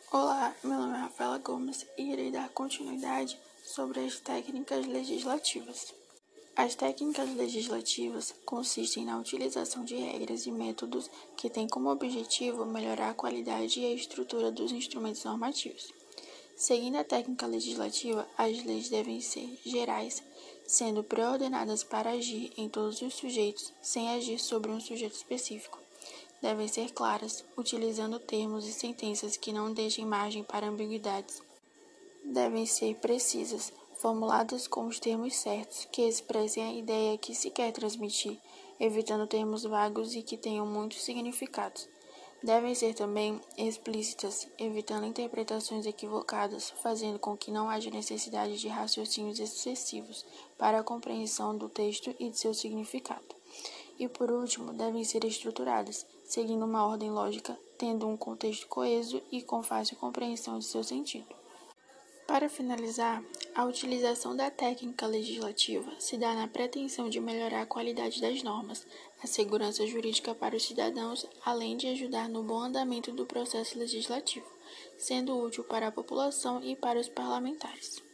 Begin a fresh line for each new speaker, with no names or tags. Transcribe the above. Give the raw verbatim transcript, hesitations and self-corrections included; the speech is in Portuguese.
Olá, meu nome é Rafaela Gomes e irei dar continuidade sobre as técnicas legislativas. As técnicas legislativas consistem na utilização de regras e métodos que têm como objetivo melhorar a qualidade e a estrutura dos instrumentos normativos. Seguindo a técnica legislativa, as leis devem ser gerais, sendo pré-ordenadas para agir em todos os sujeitos, sem agir sobre um sujeito específico. Devem ser claras, utilizando termos e sentenças que não deixem margem para ambiguidades. Devem ser precisas, formuladas com os termos certos, que expressem a ideia que se quer transmitir, evitando termos vagos e que tenham muitos significados. Devem ser também explícitas, evitando interpretações equivocadas, fazendo com que não haja necessidade de raciocínios excessivos para a compreensão do texto e de seu significado. E, por último, devem ser estruturadas, seguindo uma ordem lógica, tendo um contexto coeso e com fácil compreensão de seu sentido. Para finalizar, a utilização da técnica legislativa se dá na pretensão de melhorar a qualidade das normas, a segurança jurídica para os cidadãos, além de ajudar no bom andamento do processo legislativo, sendo útil para a população e para os parlamentares.